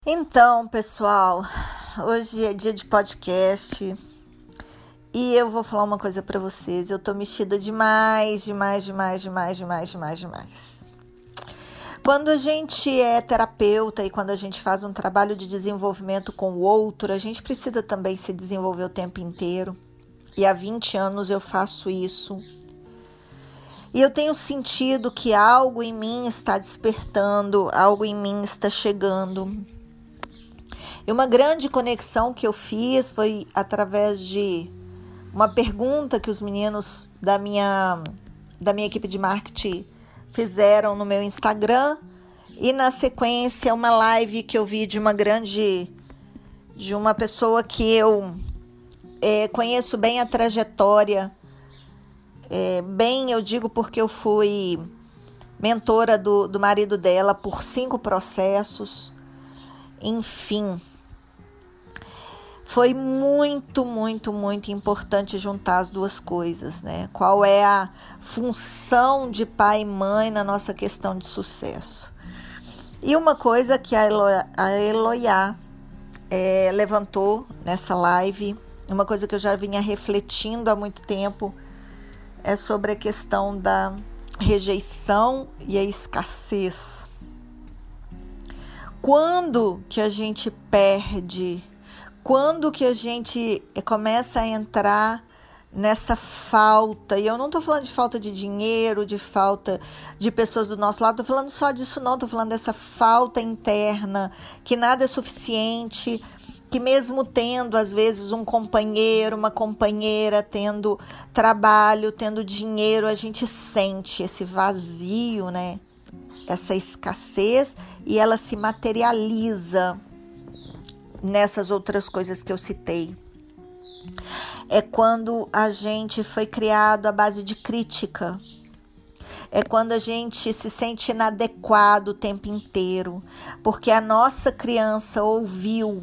Então, pessoal, hoje é dia de podcast e eu vou falar uma coisa pra vocês. Eu tô mexida demais. Quando a gente é terapeuta e quando a gente faz um trabalho de desenvolvimento com o outro, a gente precisa também se desenvolver o tempo inteiro. E há 20 anos eu faço isso. E eu tenho sentido que algo em mim está despertando, algo em mim está chegando. E uma grande conexão que eu fiz foi através de uma pergunta que os meninos da minha equipe de marketing fizeram no meu Instagram e na sequência uma live que eu vi de uma pessoa que eu conheço bem a trajetória, eu digo porque eu fui mentora do marido dela por 5 processos, enfim. Foi muito importante juntar as duas coisas, né? Qual é a função de pai e mãe na nossa questão de sucesso? E uma coisa que a Eloiá levantou nessa live, uma coisa que eu já vinha refletindo há muito tempo, é sobre a questão da rejeição e a escassez. Quando que a gente perde? Quando que a gente começa a entrar nessa falta? E eu não estou falando de falta de dinheiro, de falta de pessoas do nosso lado, estou falando só disso não, estou falando dessa falta interna, que nada é suficiente, que mesmo tendo às vezes um companheiro, uma companheira, tendo trabalho, tendo dinheiro, a gente sente esse vazio, né? Essa escassez, e ela se materializa nessas outras coisas que eu citei. É quando a gente foi criado à base de crítica. É quando a gente se sente inadequado o tempo inteiro, porque a nossa criança ouviu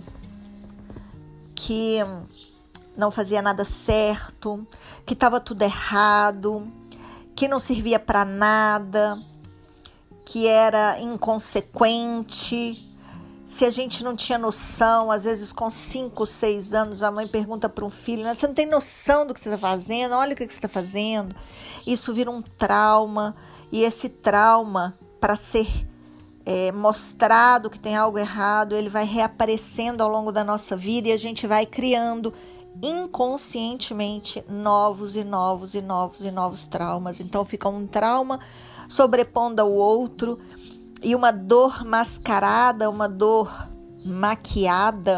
que não fazia nada certo, que estava tudo errado, que não servia para nada, que era inconsequente. Se a gente não tinha noção, às vezes com 5, 6 anos, a mãe pergunta para um filho, você não tem noção do que você está fazendo? Olha o que você está fazendo. Isso vira um trauma, e esse trauma, para ser mostrado que tem algo errado, ele vai reaparecendo ao longo da nossa vida e a gente vai criando inconscientemente novos traumas. Então fica um trauma sobrepondo ao outro, e uma dor mascarada, uma dor maquiada,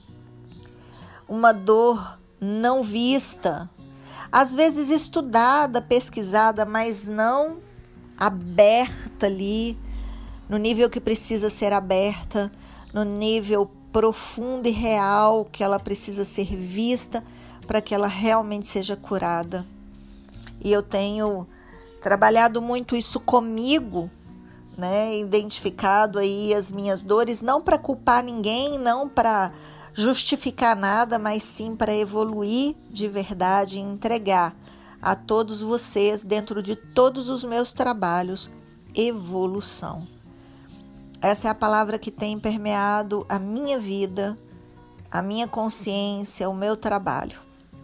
uma dor não vista, às vezes estudada, pesquisada, mas não aberta ali, no nível que precisa ser aberta, no nível profundo e real que ela precisa ser vista para que ela realmente seja curada. E eu tenho trabalhado muito isso comigo, né, identificado aí as minhas dores, não para culpar ninguém, não para justificar nada, mas sim para evoluir de verdade e entregar a todos vocês, dentro de todos os meus trabalhos, evolução. Essa é a palavra que tem permeado a minha vida, a minha consciência, o meu trabalho.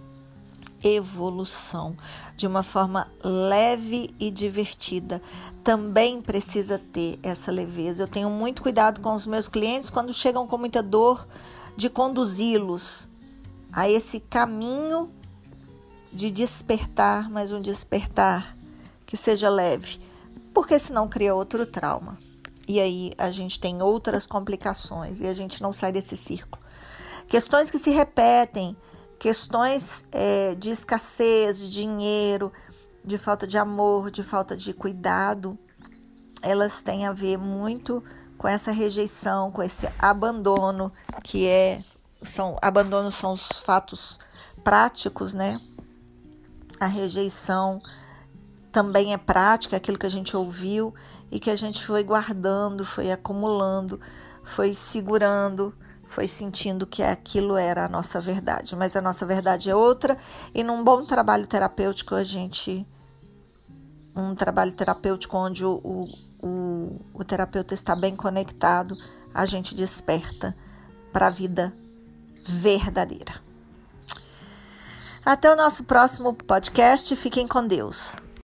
Evolução, de uma forma leve e divertida. Também precisa ter essa leveza. Eu tenho muito cuidado com os meus clientes quando chegam com muita dor, de conduzi-los a esse caminho de despertar, mas um despertar que seja leve, porque senão cria outro trauma. E aí a gente tem outras complicações e a gente não sai desse círculo. Questões que se repetem, questões de escassez, de dinheiro, de falta de amor, de falta de cuidado, elas têm a ver muito com essa rejeição, com esse abandono, abandono são os fatos práticos, né? A rejeição também é prática, aquilo que a gente ouviu e que a gente foi guardando, foi acumulando, foi segurando, foi sentindo que aquilo era a nossa verdade, mas a nossa verdade é outra, e num bom trabalho terapêutico, um trabalho terapêutico onde o terapeuta está bem conectado, a gente desperta para a vida verdadeira. Até o nosso próximo podcast. Fiquem com Deus.